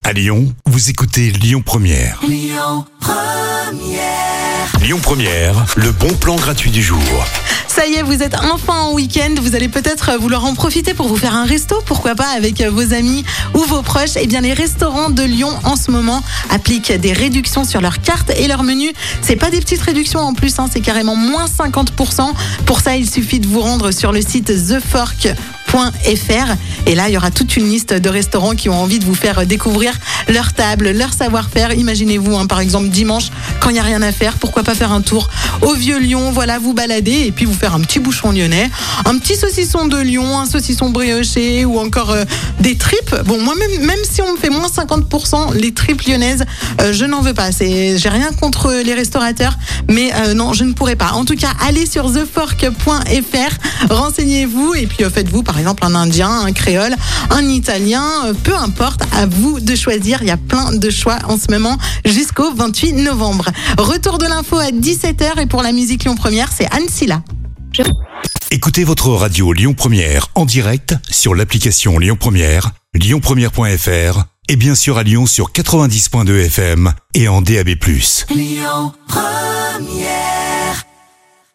À Lyon, vous écoutez Lyon Première. Lyon Première. Lyon Première, le bon plan gratuit du jour. Ça y est, vous êtes enfin en week-end, vous allez peut-être vouloir en profiter pour vous faire un resto, pourquoi pas avec vos amis ou vos proches. Eh bien, les restaurants de Lyon en ce moment appliquent des réductions sur leurs cartes et leurs menus. C'est pas des petites réductions en plus, c'est carrément moins 50%. Pour ça, il suffit de vous rendre sur le site thefork.fr et là il y aura toute une liste de restaurants qui ont envie de vous faire découvrir leur table, leur savoir-faire. Imaginez-vous par exemple dimanche quand il n'y a rien à faire, pourquoi pas faire un tour au Vieux-Lyon, voilà, vous balader et puis vous faire un petit bouchon lyonnais, un petit saucisson de Lyon, un saucisson brioché ou encore des tripes. Bon, moi même si on me fait moins 50%, les tripes lyonnaises, je n'en veux pas. J'ai rien contre les restaurateurs, mais non, je ne pourrais pas. En tout cas, allez sur thefork.fr, renseignez-vous et puis faites-vous par exemple un indien, un créole, un italien, peu importe, à vous de choisir. Il y a plein de choix en ce moment jusqu'au 28 novembre. Retour de l'info à 17h et pour la musique Lyon Première, c'est Anne Silla. Écoutez votre radio Lyon Première en direct sur l'application Lyon Première, lyonpremière.fr et bien sûr à Lyon sur 90.2 FM et en DAB+. Lyon Première.